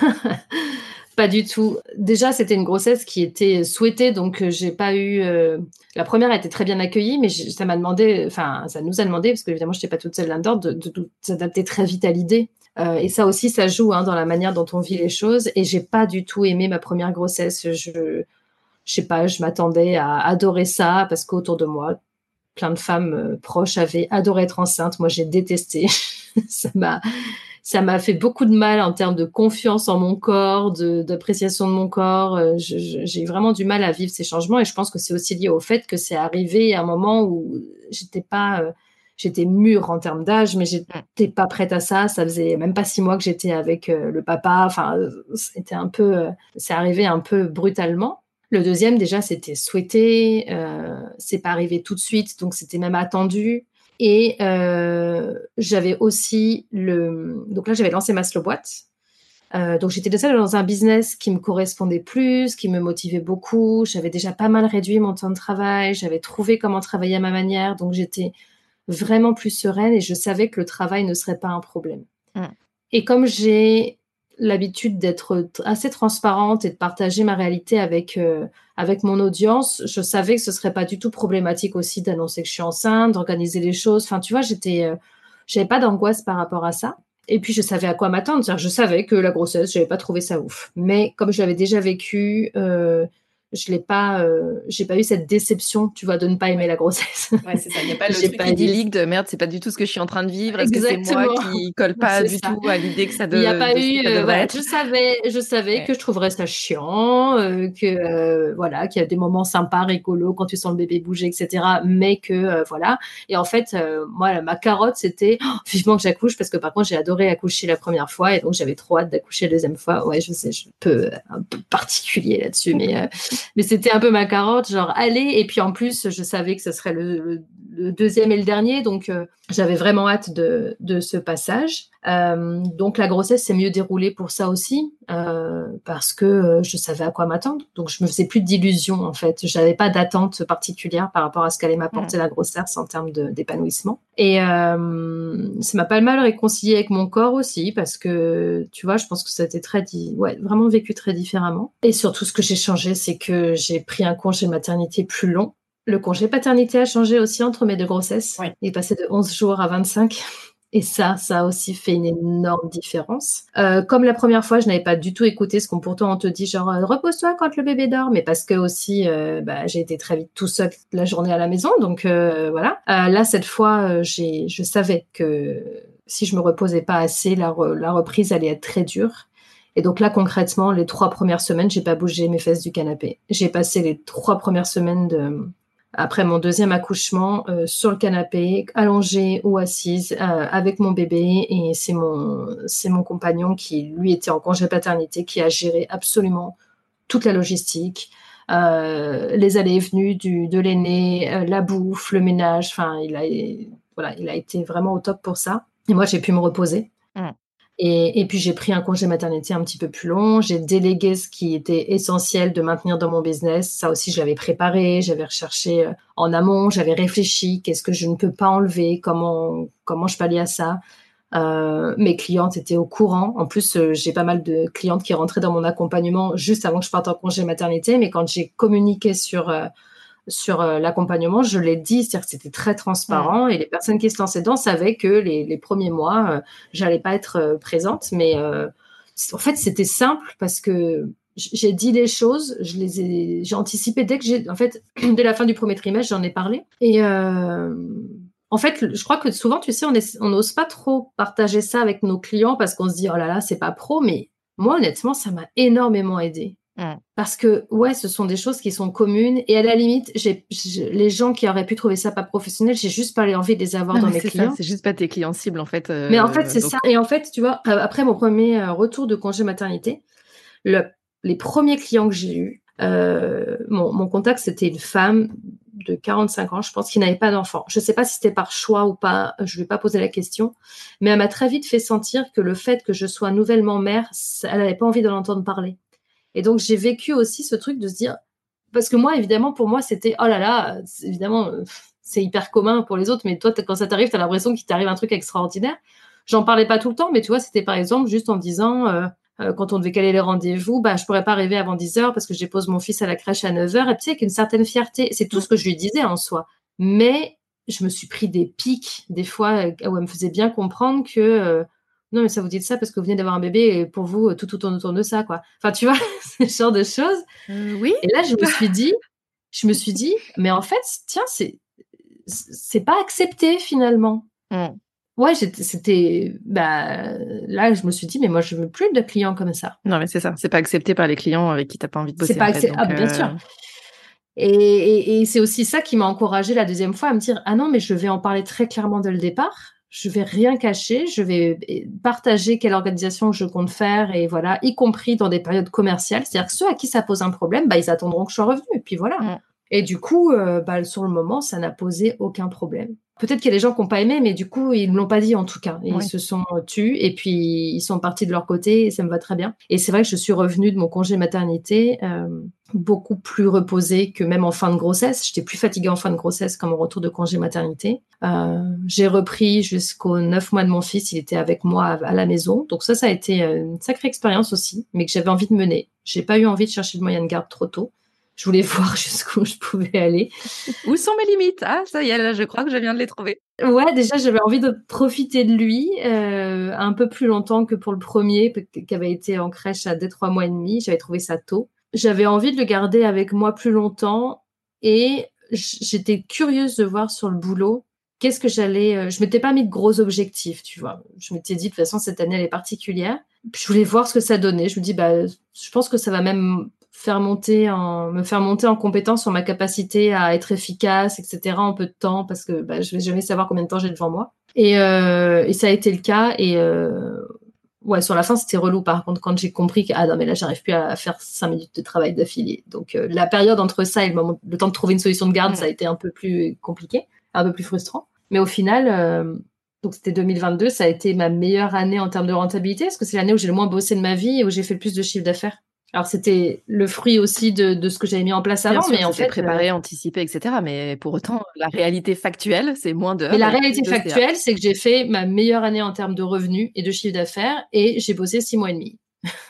pas du tout. Déjà, c'était une grossesse qui était souhaitée, donc j'ai pas eu. La première a été très bien accueillie, mais ça nous a demandé, parce qu'évidemment, je n'étais pas toute seule là-dedans, de s'adapter très vite à l'idée. Et ça aussi, ça joue dans la manière dont on vit les choses. Et j'ai pas du tout aimé ma première grossesse. Je sais pas, je m'attendais à adorer ça parce qu'autour de moi, plein de femmes proches avaient adoré être enceinte. Moi, j'ai détesté. Ça m'a fait beaucoup de mal en termes de confiance en mon corps, d'appréciation de mon corps. J'ai vraiment du mal à vivre ces changements et je pense que c'est aussi lié au fait que c'est arrivé à un moment où j'étais mûre en termes d'âge, mais j'étais pas prête à ça. Ça faisait même pas 6 mois que j'étais avec le papa. Enfin, c'est arrivé un peu brutalement. Le deuxième, déjà, c'était souhaité. C'est pas arrivé tout de suite, donc c'était même attendu. Et j'avais aussi donc là, j'avais lancé ma slow boîte. Donc j'étais déjà dans un business qui me correspondait plus, qui me motivait beaucoup. J'avais déjà pas mal réduit mon temps de travail. J'avais trouvé comment travailler à ma manière. Donc j'étais vraiment plus sereine et je savais que le travail ne serait pas un problème. Et comme j'ai l'habitude d'être assez transparente et de partager ma réalité avec mon audience, je savais que ce serait pas du tout problématique aussi d'annoncer que je suis enceinte, d'organiser les choses. Enfin, tu vois, j'avais pas d'angoisse par rapport à ça. Et puis, je savais à quoi m'attendre. C'est-à-dire, je savais que la grossesse, j'avais pas trouvé ça ouf. Mais comme je l'avais déjà vécu, j'ai pas eu cette déception, tu vois, de ne pas aimer la grossesse. Ouais, c'est ça. Il n'y a pas le truc idyllique de merde, c'est pas du tout ce que je suis en train de vivre. Est-ce que c'est moi qui colle pas du tout à l'idée que ça devrait être? Il n'y a pas eu, voilà, je savais que je trouverais ça chiant, voilà, qu'il y a des moments sympas, rigolos quand tu sens le bébé bouger, etc. Mais que, voilà. Et en fait, moi, ma carotte, c'était vivement que j'accouche parce que par contre, j'ai adoré accoucher la première fois et donc j'avais trop hâte d'accoucher la deuxième fois. Ouais, je sais, je suis un peu particulier là-dessus, mais c'était un peu ma carotte, genre allez. Et puis en plus, je savais que ce serait le deuxième et le dernier, donc j'avais vraiment hâte de ce passage. Donc la grossesse s'est mieux déroulée pour ça aussi, parce que je savais à quoi m'attendre. Donc je me faisais plus d'illusions en fait. J'avais pas d'attente particulière par rapport à ce qu'allait m'apporter la grossesse en termes d'épanouissement. Et ça m'a pas mal réconcilié avec mon corps aussi, parce que tu vois, je pense que ça a été vraiment vécu très différemment. Et surtout, ce que j'ai changé, c'est que j'ai pris un congé maternité plus long. Le congé paternité a changé aussi entre mes deux grossesses. Oui. Il est passé de 11 jours à 25. Et ça a aussi fait une énorme différence. Comme la première fois, je n'avais pas du tout écouté ce qu'on pourtant on te dit, genre repose-toi quand le bébé dort, mais parce que aussi j'ai été très vite tout seul la journée à la maison, donc voilà. Là cette fois, je savais que si je me reposais pas assez, la reprise allait être très dure. Et donc là concrètement, les 3 premières semaines, j'ai pas bougé mes fesses du canapé. J'ai passé les 3 premières semaines après mon deuxième accouchement, sur le canapé, allongée ou assise, avec mon bébé. Et c'est mon compagnon qui, lui, était en congé paternité, qui a géré absolument toute la logistique, les allées et venues de l'aîné, la bouffe, le ménage. Enfin, il a été vraiment au top pour ça. Et moi, j'ai pu me reposer. Et puis, j'ai pris un congé maternité un petit peu plus long. J'ai délégué ce qui était essentiel de maintenir dans mon business. Ça aussi, je l'avais préparé. J'avais recherché en amont. J'avais réfléchi. Qu'est-ce que je ne peux pas enlever? Comment je pallie à ça? Mes clientes étaient au courant. En plus, j'ai pas mal de clientes qui rentraient dans mon accompagnement juste avant que je parte en congé maternité. Mais quand j'ai communiqué sur l'accompagnement, je l'ai dit, c'est-à-dire que c'était très transparent et les personnes qui se lançaient dedans savaient que les premiers mois, j'allais pas être présente, mais en fait, c'était simple parce que j'ai dit les choses, j'ai anticipé dès la fin du premier trimestre, j'en ai parlé. Et en fait, je crois que souvent, tu sais, on n'ose pas trop partager ça avec nos clients parce qu'on se dit, oh là là, c'est pas pro, mais moi, honnêtement, ça m'a énormément aidée. Parce que, ouais, ce sont des choses qui sont communes. Et à la limite, les gens qui auraient pu trouver ça pas professionnel, j'ai juste pas envie de les avoir dans mes clients. C'est juste pas tes clients cibles, en fait. Mais en fait, c'est ça. Et en fait, tu vois, après mon premier retour de congé maternité, les premiers clients que j'ai eus, mon contact, c'était une femme de 45 ans, je pense, qui n'avait pas d'enfant. Je sais pas si c'était par choix ou pas, je lui ai pas posé la question, mais elle m'a très vite fait sentir que le fait que je sois nouvellement mère, elle n'avait pas envie de l'entendre parler. Et donc, j'ai vécu aussi ce truc de se dire, parce que moi, évidemment, pour moi, c'était, oh là là, évidemment, c'est hyper commun pour les autres, mais toi, quand ça t'arrive, t'as l'impression qu'il t'arrive un truc extraordinaire. J'en parlais pas tout le temps, mais tu vois, c'était par exemple juste en me disant, quand on devait caler les rendez-vous, je pourrais pas arriver avant 10h parce que je dépose mon fils à la crèche à 9h. Et tu sais, avec une certaine fierté, c'est tout ce que je lui disais en soi. Mais je me suis pris des pics, des fois, où elle me faisait bien comprendre que... non, mais ça vous dit ça parce que vous venez d'avoir un bébé et pour vous, tout tourne autour de ça, quoi. Enfin, tu vois, ce genre de choses. Oui. Et là, je me suis dit, mais en fait, tiens, c'est pas accepté finalement. Ouais, là, je me suis dit, mais moi, je veux plus de clients comme ça. Non, mais c'est ça. C'est pas accepté par les clients avec qui t'as pas envie de bosser. C'est pas accepté. Ah, bien sûr. Et c'est aussi ça qui m'a encouragée la deuxième fois à me dire, ah non, mais je vais en parler très clairement dès le départ. Je vais rien cacher, je vais partager quelle organisation je compte faire et voilà, y compris dans des périodes commerciales. C'est-à-dire que ceux à qui ça pose un problème, ils attendront que je sois revenue et puis voilà. Et du coup, sur le moment, ça n'a posé aucun problème. Peut-être qu'il y a des gens qui n'ont pas aimé, mais du coup, ils ne l'ont pas dit en tout cas. Ils se sont tus et puis ils sont partis de leur côté et ça me va très bien. Et c'est vrai que je suis revenue de mon congé maternité beaucoup plus reposée que même en fin de grossesse. J'étais plus fatiguée en fin de grossesse qu'en mon retour de congé maternité. J'ai repris jusqu'aux 9 mois de mon fils. Il était avec moi à la maison. Donc ça a été une sacrée expérience aussi, mais que j'avais envie de mener. J'ai pas eu envie de chercher le moyen de garde trop tôt. Je voulais voir jusqu'où je pouvais aller. Où sont mes limites? Ah, ça y est, là, je crois que je viens de les trouver. Ouais, déjà, j'avais envie de profiter de lui un peu plus longtemps que pour le premier, qui avait été en crèche à 2-3 mois et demi. J'avais trouvé ça tôt. J'avais envie de le garder avec moi plus longtemps et j'étais curieuse de voir sur le boulot qu'est-ce que j'allais. Je m'étais pas mis de gros objectifs, tu vois. Je m'étais dit, de toute façon, cette année, elle est particulière. Puis je voulais voir ce que ça donnait. Je me dis, je pense que ça va même me faire monter en compétence sur ma capacité à être efficace, etc. en peu de temps, parce que je vais jamais savoir combien de temps j'ai devant moi. Et ça a été le cas. Et ouais, sur la fin, c'était relou. Par contre, quand j'ai compris que non, mais là, j'arrive plus à faire 5 minutes de travail d'affilée. Donc, la période entre ça et le temps de trouver une solution de garde, ça a été un peu plus compliqué, un peu plus frustrant. Mais au final, donc c'était 2022, ça a été ma meilleure année en termes de rentabilité, parce que c'est l'année où j'ai le moins bossé de ma vie et où j'ai fait le plus de chiffre d'affaires. Alors, c'était le fruit aussi de ce que j'avais mis en place avant, mais en fait, préparé, anticipé, etc. Mais pour autant, la réalité factuelle, c'est moins d'heures. Mais la réalité factuelle, c'est que j'ai fait ma meilleure année en termes de revenus et de chiffre d'affaires et j'ai bossé 6 mois et demi.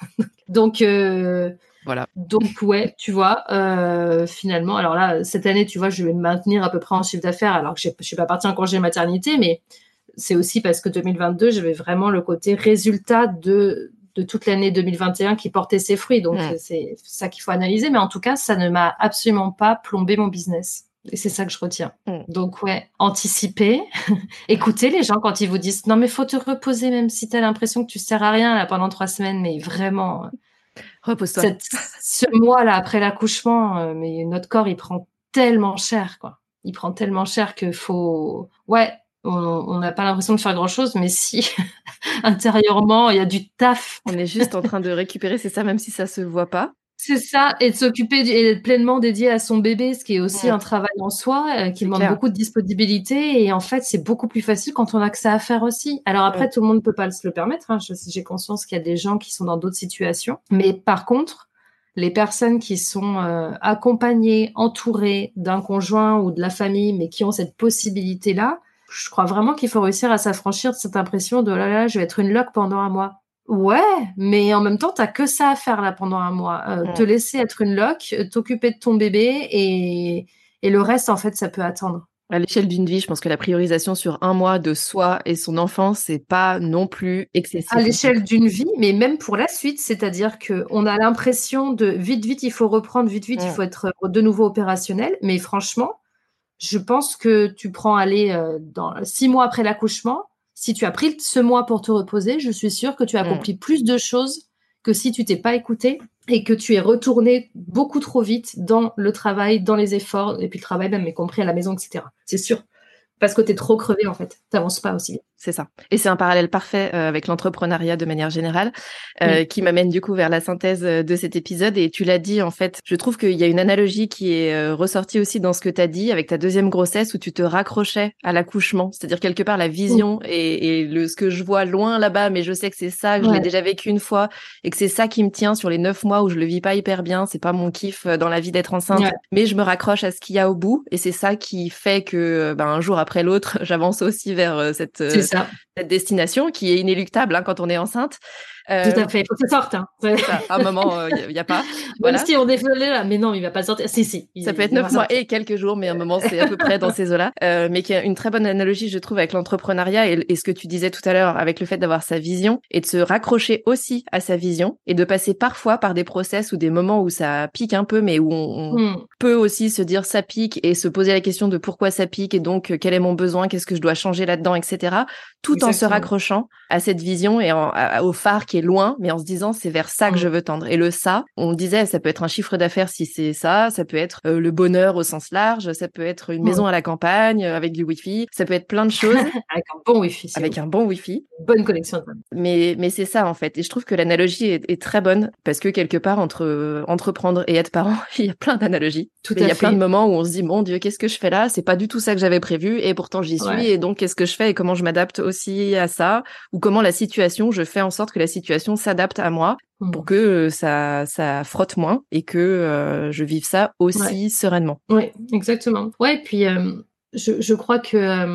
Donc, voilà. Donc, ouais, tu vois, finalement, alors là, cette année, tu vois, je vais me maintenir à peu près en chiffre d'affaires, alors que je suis pas partie en congé maternité, mais c'est aussi parce que 2022, j'avais vraiment le côté résultat de toute l'année 2021 qui portait ses fruits. Donc, c'est ça qu'il faut analyser. Mais en tout cas, ça ne m'a absolument pas plombé mon business. Et c'est ça que je retiens. Donc, ouais, anticiper. Écoutez les gens quand ils vous disent « Non, mais faut te reposer même si tu as l'impression que tu sers à rien là, pendant 3 semaines. » Mais vraiment, repose-toi. Ce mois-là, après l'accouchement, mais notre corps, il prend tellement cher, quoi. Il prend tellement cher que faut... Ouais, on n'a pas l'impression de faire grand-chose, mais si, intérieurement, il y a du taf. On est juste en train de récupérer, c'est ça, même si ça se voit pas. C'est ça, et de s'occuper et d'être pleinement dédié à son bébé, ce qui est aussi un travail en soi, qui demande beaucoup de disponibilité. Et en fait, c'est beaucoup plus facile quand on a que ça à faire aussi. Alors après, tout le monde ne peut pas se le permettre. Hein. J'ai conscience qu'il y a des gens qui sont dans d'autres situations. Mais par contre, les personnes qui sont accompagnées, entourées d'un conjoint ou de la famille, mais qui ont cette possibilité-là, je crois vraiment qu'il faut réussir à s'affranchir de cette impression de « là, je vais être une loque pendant un mois ». Ouais, mais en même temps, t'as que ça à faire là pendant un mois. Te laisser être une loque, t'occuper de ton bébé et le reste, en fait, ça peut attendre. À l'échelle d'une vie, je pense que la priorisation sur un mois de soi et son enfant, c'est pas non plus excessif. À l'échelle d'une vie, mais même pour la suite, c'est-à-dire que on a l'impression de vite, il faut reprendre, vite, il faut être de nouveau opérationnel. Mais franchement, je pense que tu prends dans 6 mois après l'accouchement. Si tu as pris ce mois pour te reposer, je suis sûre que tu as accompli plus de choses que si tu t'es pas écouté et que tu es retourné beaucoup trop vite dans le travail, dans les efforts, et puis le travail même, y compris à la maison, etc. C'est sûr. Parce que tu es trop crevé, en fait. T'avances pas aussi vite. C'est ça. Et c'est un parallèle parfait avec l'entrepreneuriat de manière générale, qui m'amène du coup vers la synthèse de cet épisode. Et tu l'as dit, en fait, je trouve qu'il y a une analogie qui est ressortie aussi dans ce que tu as dit avec ta deuxième grossesse où tu te raccrochais à l'accouchement. C'est-à-dire quelque part la vision et ce que je vois loin là-bas, mais je sais que c'est ça, que je l'ai déjà vécu une fois et que c'est ça qui me tient sur les 9 mois où je le vis pas hyper bien. C'est pas mon kiff dans la vie d'être enceinte, mais je me raccroche à ce qu'il y a au bout. Et c'est ça qui fait que un jour après l'autre, j'avance aussi vers cette destination qui est inéluctable quand on est enceinte. Tout à fait, il faut que ça sorte. Hein. À un moment, il n'y a pas. Voilà. Même si on est là, mais non, il ne va pas sortir. Si. Ça peut être 9 mois et quelques jours, mais à un moment, c'est à peu près dans ces eaux-là. Mais qui a une très bonne analogie, je trouve, avec l'entrepreneuriat et ce que tu disais tout à l'heure, avec le fait d'avoir sa vision et de se raccrocher aussi à sa vision et de passer parfois par des process ou des moments où ça pique un peu, mais où on peut aussi se dire ça pique et se poser la question de pourquoi ça pique et donc quel est mon besoin, qu'est-ce que je dois changer là-dedans, etc. Tout en se raccrochant à cette vision et au phare qui est loin, mais en se disant c'est vers ça que je veux tendre. Et le ça, on disait, ça peut être un chiffre d'affaires si c'est ça peut être le bonheur au sens large, ça peut être une maison à la campagne avec du wifi, ça peut être plein de choses. Avec un bon wifi. Avec un bon wifi. Bonne connexion. Mais c'est ça en fait. Et je trouve que l'analogie est très bonne parce que quelque part entre entreprendre et être parent, il y a plein d'analogies. Il y a plein de moments où on se dit mon Dieu, qu'est-ce que je fais là ? C'est pas du tout ça que j'avais prévu et pourtant j'y suis. Et donc qu'est-ce que je fais et comment je m'adapte aussi à ça ou comment je fais en sorte que la situation s'adapte à moi pour que ça frotte moins et que je vive ça aussi sereinement. Oui, exactement. Ouais, puis je crois que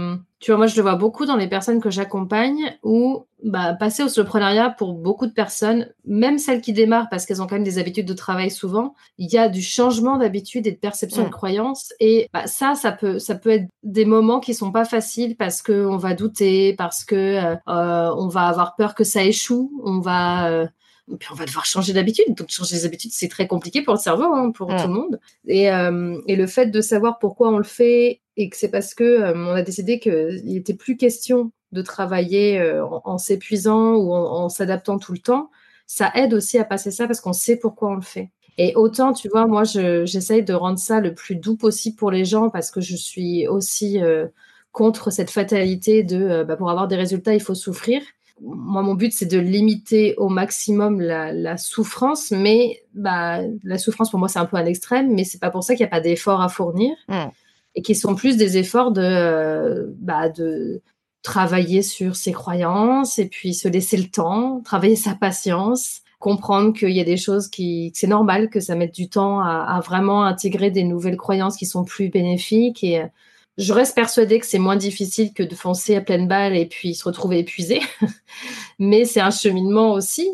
Tu vois, moi, je le vois beaucoup dans les personnes que j'accompagne où passer au soloprenariat pour beaucoup de personnes, même celles qui démarrent parce qu'elles ont quand même des habitudes de travail souvent, il y a du changement d'habitude et de perception de croyances. Et ça peut être des moments qui sont pas faciles parce que on va douter, parce que on va avoir peur que ça échoue, puis on va devoir changer d'habitude. Donc changer les habitudes, c'est très compliqué pour le cerveau, pour tout le monde. Et le fait de savoir pourquoi on le fait et que c'est parce que on a décidé qu'il n'était plus question de travailler en s'épuisant ou en s'adaptant tout le temps, ça aide aussi à passer ça parce qu'on sait pourquoi on le fait. Et autant, tu vois, moi, j'essaye de rendre ça le plus doux possible pour les gens parce que je suis aussi contre cette fatalité de pour avoir des résultats, il faut souffrir. Moi, mon but, c'est de limiter au maximum la souffrance, mais la souffrance, pour moi, c'est un peu un extrême, mais c'est pas pour ça qu'il n'y a pas d'efforts à fournir et qui sont plus des efforts de travailler sur ses croyances et puis se laisser le temps, travailler sa patience, comprendre qu'il y a des choses que c'est normal que ça mette du temps à vraiment intégrer des nouvelles croyances qui sont plus bénéfiques. Et je reste persuadée que c'est moins difficile que de foncer à pleine balle et puis se retrouver épuisé. Mais c'est un cheminement aussi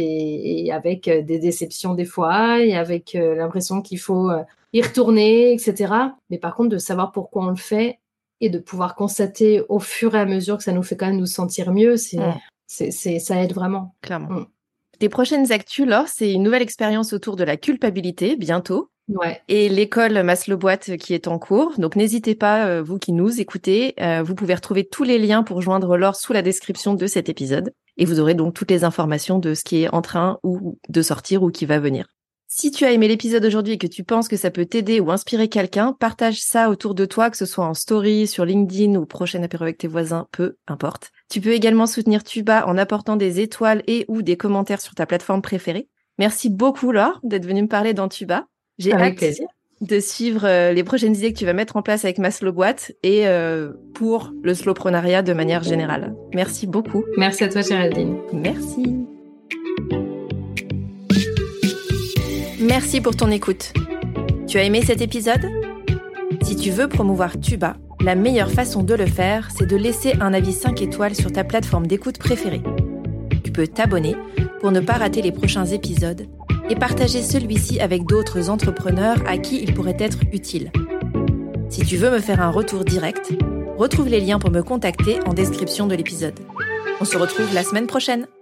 et avec des déceptions des fois et avec l'impression qu'il faut y retourner, etc. Mais par contre, de savoir pourquoi on le fait et de pouvoir constater au fur et à mesure que ça nous fait quand même nous sentir mieux, ça aide vraiment. Clairement. Tes prochaines actus, Laure, c'est une nouvelle expérience autour de la culpabilité, bientôt. Ouais. Et l'école Maslow Boîte qui est en cours. Donc, n'hésitez pas, vous qui nous écoutez, vous pouvez retrouver tous les liens pour joindre Laure sous la description de cet épisode. Et vous aurez donc toutes les informations de ce qui est en train ou de sortir ou qui va venir. Si tu as aimé l'épisode d'aujourd'hui et que tu penses que ça peut t'aider ou inspirer quelqu'un, partage ça autour de toi, que ce soit en story, sur LinkedIn ou prochain apéro avec tes voisins, peu importe. Tu peux également soutenir Tuba en apportant des étoiles et ou des commentaires sur ta plateforme préférée. Merci beaucoup, Laure, d'être venue me parler dans Tuba. J'ai hâte de suivre les prochaines idées que tu vas mettre en place avec ma slow boîte et pour le slowprenariat de manière générale. Merci beaucoup. Merci à toi, Géraldine. Merci. Merci pour ton écoute. Tu as aimé cet épisode ? Si tu veux promouvoir Tuba, la meilleure façon de le faire, c'est de laisser un avis 5 étoiles sur ta plateforme d'écoute préférée. Tu peux t'abonner pour ne pas rater les prochains épisodes et partager celui-ci avec d'autres entrepreneurs à qui il pourrait être utile. Si tu veux me faire un retour direct, retrouve les liens pour me contacter en description de l'épisode. On se retrouve la semaine prochaine.